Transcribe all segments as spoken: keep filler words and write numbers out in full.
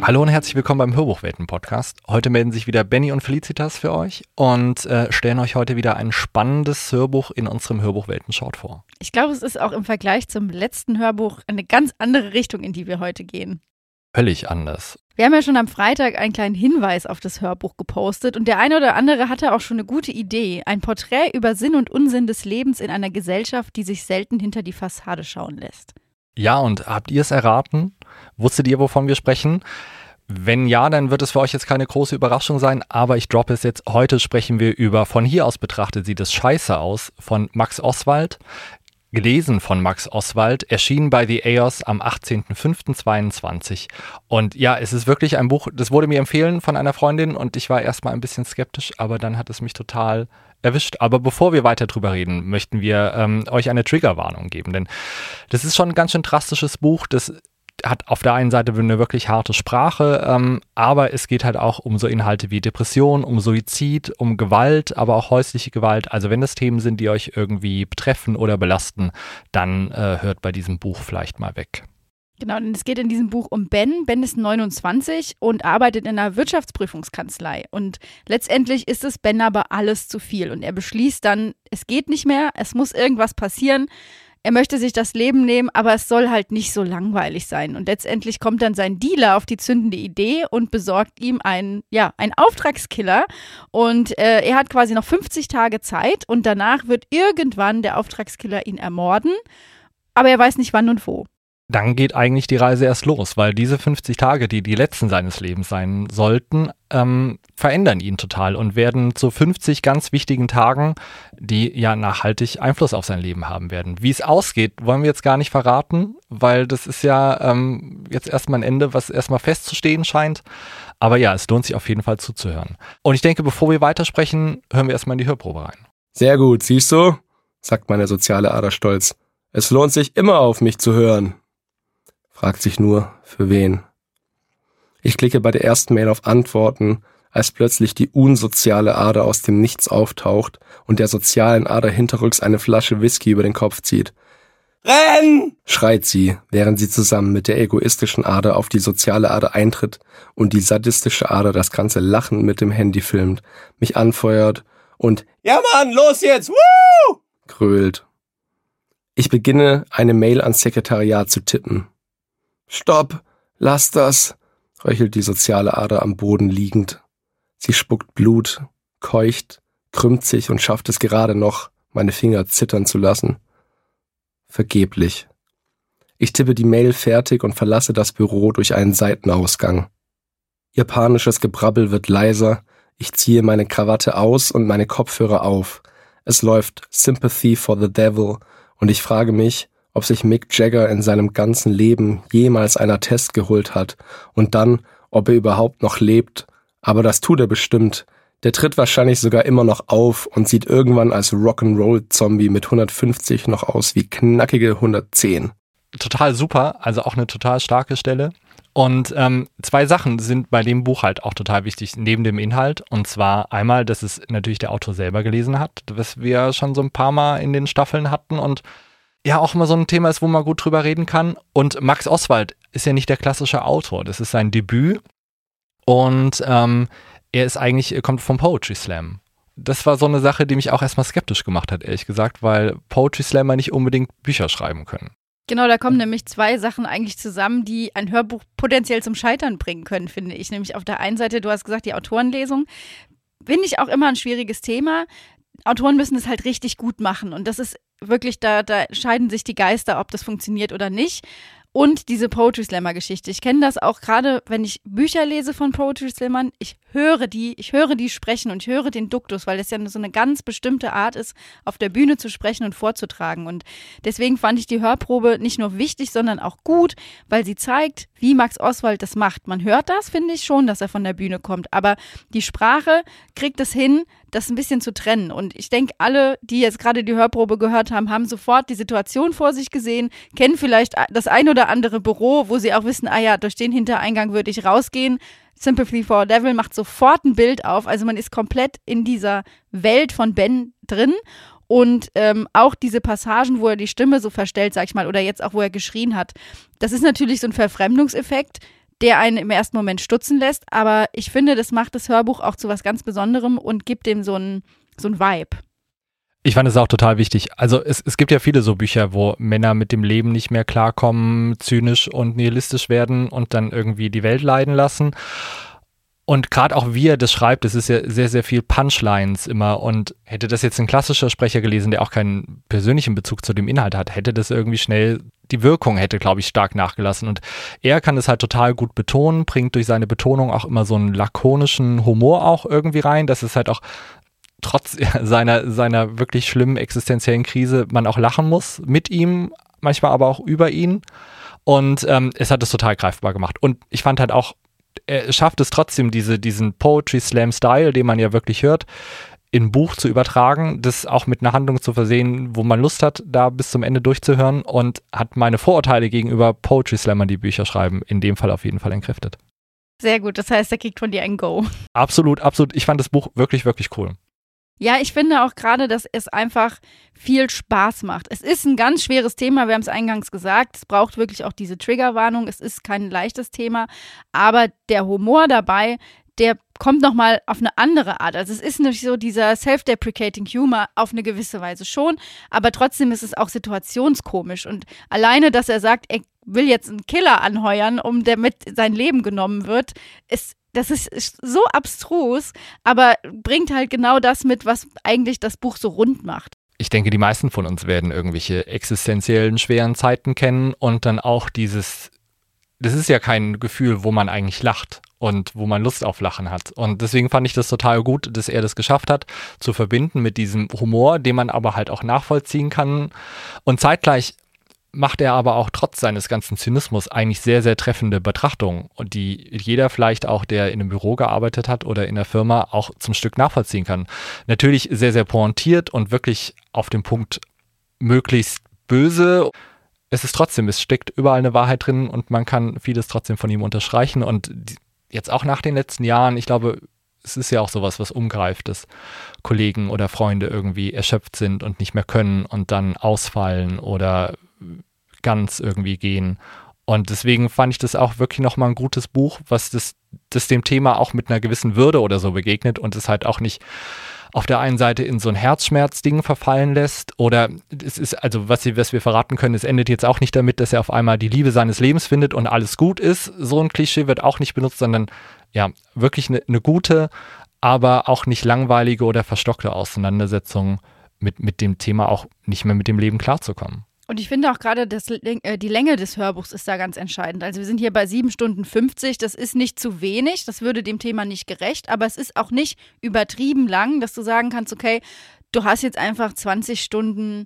Hallo und herzlich willkommen beim Hörbuchwelten-Podcast. Heute melden sich wieder Benny und Felicitas für euch und äh, stellen euch heute wieder ein spannendes Hörbuch in unserem Hörbuchwelten-Short vor. Ich glaube, es ist auch im Vergleich zum letzten Hörbuch eine ganz andere Richtung, in die wir heute gehen. Völlig anders. Wir haben ja schon am Freitag einen kleinen Hinweis auf das Hörbuch gepostet und der eine oder andere hatte auch schon eine gute Idee. Ein Porträt über Sinn und Unsinn des Lebens in einer Gesellschaft, die sich selten hinter die Fassade schauen lässt. Ja, und habt ihr es erraten? Wusstet ihr, wovon wir sprechen? Wenn ja, dann wird es für euch jetzt keine große Überraschung sein, aber ich droppe es jetzt. Heute sprechen wir über Von hier aus betrachtet sieht es scheiße aus von Max Oßwald. Gelesen von Max Oßwald, erschienen bei The A O S am achtzehnten fünften zweiundzwanzig. Und ja, es ist wirklich ein Buch, das wurde mir empfohlen von einer Freundin und ich war erstmal ein bisschen skeptisch, aber dann hat es mich total erwischt. Aber bevor wir weiter drüber reden, möchten wir ähm, euch eine Triggerwarnung geben, denn das ist schon ein ganz schön drastisches Buch, das hat auf der einen Seite eine wirklich harte Sprache, ähm, aber es geht halt auch um so Inhalte wie Depression, um Suizid, um Gewalt, aber auch häusliche Gewalt. Also wenn das Themen sind, die euch irgendwie betreffen oder belasten, dann äh, hört bei diesem Buch vielleicht mal weg. Genau, denn es geht in diesem Buch um Ben. Ben ist neunundzwanzig und arbeitet in einer Wirtschaftsprüfungskanzlei. Und letztendlich ist es Ben aber alles zu viel. Und er beschließt dann, es geht nicht mehr, es muss irgendwas passieren. Er möchte sich das Leben nehmen, aber es soll halt nicht so langweilig sein. Und letztendlich kommt dann sein Dealer auf die zündende Idee und besorgt ihm einen, ja, einen Auftragskiller. Und äh, er hat quasi noch fünfzig Tage Zeit und danach wird irgendwann der Auftragskiller ihn ermorden. Aber er weiß nicht wann und wo. Dann geht eigentlich die Reise erst los, weil diese fünfzig Tage, die die letzten seines Lebens sein sollten, ähm, verändern ihn total und werden zu fünfzig ganz wichtigen Tagen, die ja nachhaltig Einfluss auf sein Leben haben werden. Wie es ausgeht, wollen wir jetzt gar nicht verraten, weil das ist ja ähm, jetzt erstmal ein Ende, was erstmal festzustehen scheint. Aber ja, es lohnt sich auf jeden Fall zuzuhören. Und ich denke, bevor wir weitersprechen, hören wir erstmal in die Hörprobe rein. Sehr gut, siehst du, sagt meine soziale Ader stolz. Es lohnt sich immer auf mich zu hören. Fragt sich nur, für wen. Ich klicke bei der ersten Mail auf Antworten, als plötzlich die unsoziale Ader aus dem Nichts auftaucht und der sozialen Ader hinterrücks eine Flasche Whisky über den Kopf zieht. »Renn!« schreit sie, während sie zusammen mit der egoistischen Ader auf die soziale Ader eintritt und die sadistische Ader das ganze Lachen mit dem Handy filmt, mich anfeuert und »Ja Mann, los jetzt! Woo!« grölt. Ich beginne, eine Mail ans Sekretariat zu tippen. »Stopp, lass das«, röchelt die soziale Ader am Boden liegend. Sie spuckt Blut, keucht, krümmt sich und schafft es gerade noch, meine Finger zittern zu lassen. Vergeblich. Ich tippe die Mail fertig und verlasse das Büro durch einen Seitenausgang. Ihr panisches Gebrabbel wird leiser, ich ziehe meine Krawatte aus und meine Kopfhörer auf. Es läuft Sympathy for the Devil und ich frage mich, ob sich Mick Jagger in seinem ganzen Leben jemals einen Attest geholt hat und dann, ob er überhaupt noch lebt. Aber das tut er bestimmt. Der tritt wahrscheinlich sogar immer noch auf und sieht irgendwann als Rock'n'Roll-Zombie mit hundertfünfzig noch aus wie knackige hundertzehn. Total super, also auch eine total starke Stelle. Und ähm, zwei Sachen sind bei dem Buch halt auch total wichtig, neben dem Inhalt. Und zwar einmal, dass es natürlich der Autor selber gelesen hat, was wir schon so ein paar Mal in den Staffeln hatten und ja auch immer so ein Thema ist, wo man gut drüber reden kann. Und Max Oßwald ist ja nicht der klassische Autor. Das ist sein Debüt und ähm, er ist eigentlich, er kommt vom Poetry Slam. Das war so eine Sache, die mich auch erstmal skeptisch gemacht hat, ehrlich gesagt, weil Poetry Slammer nicht unbedingt Bücher schreiben können. Genau, da kommen nämlich zwei Sachen eigentlich zusammen, die ein Hörbuch potenziell zum Scheitern bringen können, finde ich. Nämlich auf der einen Seite, du hast gesagt, die Autorenlesung. Finde ich auch immer ein schwieriges Thema. Autoren müssen es halt richtig gut machen und das ist wirklich, da, da scheiden sich die Geister, ob das funktioniert oder nicht. Und diese Poetry Slammer-Geschichte. Ich kenne das auch gerade, wenn ich Bücher lese von Poetry Slammern. Ich höre die, ich höre die sprechen und ich höre den Duktus, weil das ja so eine ganz bestimmte Art ist, auf der Bühne zu sprechen und vorzutragen. Und deswegen fand ich die Hörprobe nicht nur wichtig, sondern auch gut, weil sie zeigt, wie Max Oßwald das macht. Man hört das, finde ich schon, dass er von der Bühne kommt. Aber die Sprache kriegt es hin, das ein bisschen zu trennen. Und ich denke, alle, die jetzt gerade die Hörprobe gehört haben, haben sofort die Situation vor sich gesehen, kennen vielleicht das ein oder andere Büro, wo sie auch wissen, ah ja, durch den Hintereingang würde ich rausgehen. Sympathy for the Devil macht sofort ein Bild auf. Also man ist komplett in dieser Welt von Ben drin. Und ähm, auch diese Passagen, wo er die Stimme so verstellt, sag ich mal, oder jetzt auch, wo er geschrien hat, das ist natürlich so ein Verfremdungseffekt, der einen im ersten Moment stutzen lässt. Aber ich finde, das macht das Hörbuch auch zu was ganz Besonderem und gibt dem so ein so ein Vibe. Ich fand es auch total wichtig. Also es, es gibt ja viele so Bücher, wo Männer mit dem Leben nicht mehr klarkommen, zynisch und nihilistisch werden und dann irgendwie die Welt leiden lassen. Und gerade auch wie er das schreibt, es ist ja sehr, sehr viel Punchlines immer. Und hätte das jetzt ein klassischer Sprecher gelesen, der auch keinen persönlichen Bezug zu dem Inhalt hat, hätte das irgendwie schnell, die Wirkung hätte, glaube ich, stark nachgelassen. Und er kann es halt total gut betonen, bringt durch seine Betonung auch immer so einen lakonischen Humor auch irgendwie rein, dass es halt auch trotz seiner, seiner wirklich schlimmen existenziellen Krise man auch lachen muss mit ihm, manchmal aber auch über ihn. Und ähm, es hat es total greifbar gemacht. Und ich fand halt auch, er schafft es trotzdem, diese, diesen Poetry-Slam-Style, den man ja wirklich hört, in ein Buch zu übertragen, das auch mit einer Handlung zu versehen, wo man Lust hat, da bis zum Ende durchzuhören, und hat meine Vorurteile gegenüber Poetry-Slammern, die Bücher schreiben, in dem Fall auf jeden Fall entkräftet. Sehr gut, das heißt, er kriegt von dir ein Go. Absolut, absolut. Ich fand das Buch wirklich, wirklich cool. Ja, ich finde auch gerade, dass es einfach viel Spaß macht. Es ist ein ganz schweres Thema, wir haben es eingangs gesagt. Es braucht wirklich auch diese Triggerwarnung. Es ist kein leichtes Thema, aber der Humor dabei, der kommt nochmal auf eine andere Art. Also es ist nicht so dieser self-deprecating Humor, auf eine gewisse Weise schon, aber trotzdem ist es auch situationskomisch. Und alleine, dass er sagt, er will jetzt einen Killer anheuern, um damit sein Leben genommen wird, ist Das ist so abstrus, aber bringt halt genau das mit, was eigentlich das Buch so rund macht. Ich denke, die meisten von uns werden irgendwelche existenziellen, schweren Zeiten kennen und dann auch dieses, das ist ja kein Gefühl, wo man eigentlich lacht und wo man Lust auf Lachen hat. Und deswegen fand ich das total gut, dass er das geschafft hat, zu verbinden mit diesem Humor, den man aber halt auch nachvollziehen kann. Und zeitgleich macht er aber auch trotz seines ganzen Zynismus eigentlich sehr, sehr treffende Betrachtungen, und die jeder vielleicht auch, der in einem Büro gearbeitet hat oder in der Firma, auch zum Stück nachvollziehen kann. Natürlich sehr, sehr pointiert und wirklich auf den Punkt möglichst böse. Es ist trotzdem, es steckt überall eine Wahrheit drin und man kann vieles trotzdem von ihm unterstreichen. Und jetzt auch nach den letzten Jahren, ich glaube, es ist ja auch sowas, was umgreift, dass Kollegen oder Freunde irgendwie erschöpft sind und nicht mehr können und dann ausfallen oder ganz irgendwie gehen. Und deswegen fand ich das auch wirklich nochmal ein gutes Buch, was das, das dem Thema auch mit einer gewissen Würde oder so begegnet und es halt auch nicht auf der einen Seite in so ein Herzschmerzding verfallen lässt, oder es ist, also was, was wir verraten können, es endet jetzt auch nicht damit, dass er auf einmal die Liebe seines Lebens findet und alles gut ist. So ein Klischee wird auch nicht benutzt, sondern ja, wirklich eine, eine gute, aber auch nicht langweilige oder verstockte Auseinandersetzung mit, mit dem Thema, auch nicht mehr mit dem Leben klarzukommen. Und ich finde auch gerade, das, äh, die Länge des Hörbuchs ist da ganz entscheidend. Also wir sind hier bei sieben Stunden fünfzig, das ist nicht zu wenig, das würde dem Thema nicht gerecht, aber es ist auch nicht übertrieben lang, dass du sagen kannst, okay, du hast jetzt einfach zwanzig Stunden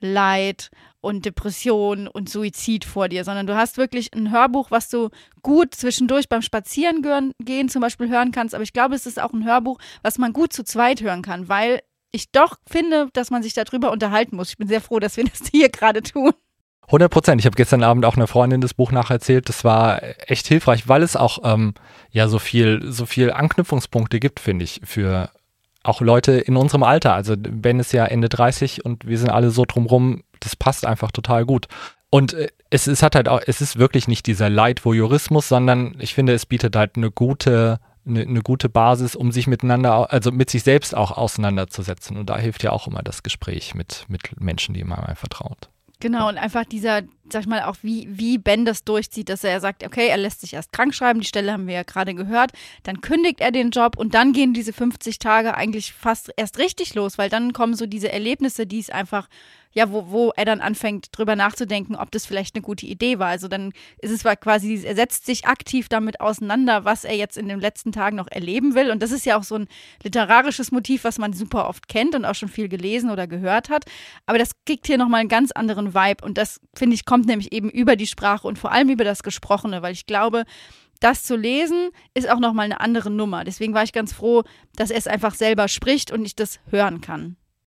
Leid und Depression und Suizid vor dir, sondern du hast wirklich ein Hörbuch, was du gut zwischendurch beim Spazierengehen zum Beispiel hören kannst, aber ich glaube, es ist auch ein Hörbuch, was man gut zu zweit hören kann, weil ich doch finde, dass man sich darüber unterhalten muss. Ich bin sehr froh, dass wir das hier gerade tun. hundert Prozent. Ich habe gestern Abend auch einer Freundin das Buch nacherzählt. Das war echt hilfreich, weil es auch ähm, ja so viel, so viel Anknüpfungspunkte gibt, finde ich, für auch Leute in unserem Alter. Also Ben ist ja Ende dreißig und wir sind alle so drumrum. Das passt einfach total gut. Und äh, es, es hat halt auch, es ist wirklich nicht dieser Light-Voyeurismus, sondern ich finde, es bietet halt eine gute Eine, eine gute Basis, um sich miteinander, also mit sich selbst auch auseinanderzusetzen. Und da hilft ja auch immer das Gespräch mit, mit Menschen, die man einfach vertraut. Genau, und einfach dieser, sag ich mal, auch wie, wie Ben das durchzieht, dass er sagt, okay, er lässt sich erst krank schreiben, die Stelle haben wir ja gerade gehört, dann kündigt er den Job und dann gehen diese fünfzig Tage eigentlich fast erst richtig los, weil dann kommen so diese Erlebnisse, die es einfach, ja, wo, wo er dann anfängt, drüber nachzudenken, ob das vielleicht eine gute Idee war. Also dann ist es quasi, er setzt sich aktiv damit auseinander, was er jetzt in den letzten Tagen noch erleben will. Und das ist ja auch so ein literarisches Motiv, was man super oft kennt und auch schon viel gelesen oder gehört hat. Aber das kriegt hier nochmal einen ganz anderen Vibe. Und das, finde ich, kommt nämlich eben über die Sprache und vor allem über das Gesprochene, weil ich glaube, das zu lesen ist auch nochmal eine andere Nummer. Deswegen war ich ganz froh, dass er es einfach selber spricht und ich das hören kann.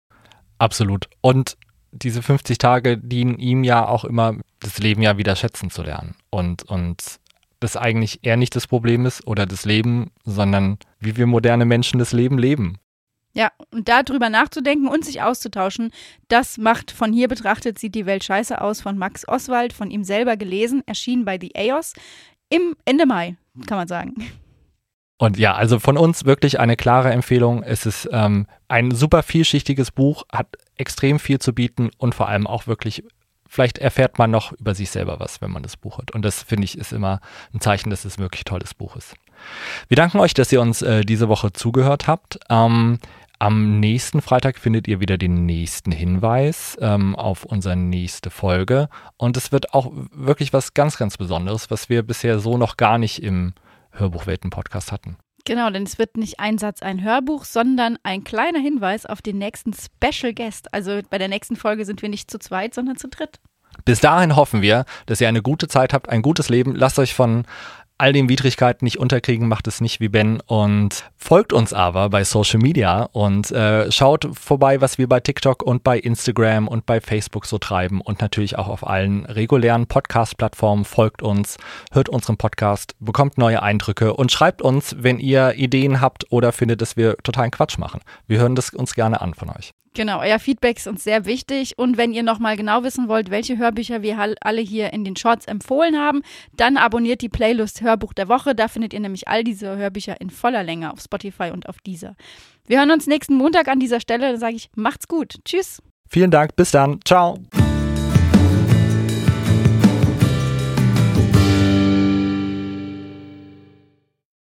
Absolut. Und diese fünfzig Tage dienen ihm ja auch immer, das Leben ja wieder schätzen zu lernen. Und, und das eigentlich eher nicht das Problem ist oder das Leben, sondern wie wir moderne Menschen das Leben leben. Ja, und darüber nachzudenken und sich auszutauschen, das macht von hier betrachtet, sieht die Welt scheiße aus, von Max Oswald, von ihm selber gelesen, erschienen bei The A O S. im Ende Mai, kann man sagen. Und ja, also von uns wirklich eine klare Empfehlung. Es ist ähm, ein super vielschichtiges Buch, hat extrem viel zu bieten und vor allem auch wirklich, vielleicht erfährt man noch über sich selber was, wenn man das Buch hat. Und das, finde ich, ist immer ein Zeichen, dass es ein wirklich tolles Buch ist. Wir danken euch, dass ihr uns äh, diese Woche zugehört habt. Ähm, am nächsten Freitag findet ihr wieder den nächsten Hinweis ähm, auf unsere nächste Folge. Und es wird auch wirklich was ganz, ganz Besonderes, was wir bisher so noch gar nicht im Hörbuchwelten-Podcast hatten. Genau, denn es wird nicht ein Satz, ein Hörbuch, sondern ein kleiner Hinweis auf den nächsten Special Guest. Also bei der nächsten Folge sind wir nicht zu zweit, sondern zu dritt. Bis dahin hoffen wir, dass ihr eine gute Zeit habt, ein gutes Leben. Lasst euch von all den Widrigkeiten nicht unterkriegen, macht es nicht wie Ben und folgt uns aber bei Social Media und äh, schaut vorbei, was wir bei TikTok und bei Instagram und bei Facebook so treiben und natürlich auch auf allen regulären Podcast-Plattformen. Folgt uns, hört unseren Podcast, bekommt neue Eindrücke und schreibt uns, wenn ihr Ideen habt oder findet, dass wir totalen Quatsch machen. Wir hören das uns gerne an von euch. Genau, euer Feedback ist uns sehr wichtig und wenn ihr nochmal genau wissen wollt, welche Hörbücher wir alle hier in den Shorts empfohlen haben, dann abonniert die Playlist Hörbuch der Woche. Da findet ihr nämlich all diese Hörbücher in voller Länge auf Spotify und auf Deezer. Wir hören uns nächsten Montag an dieser Stelle. Dann sage ich, macht's gut. Tschüss. Vielen Dank. Bis dann. Ciao.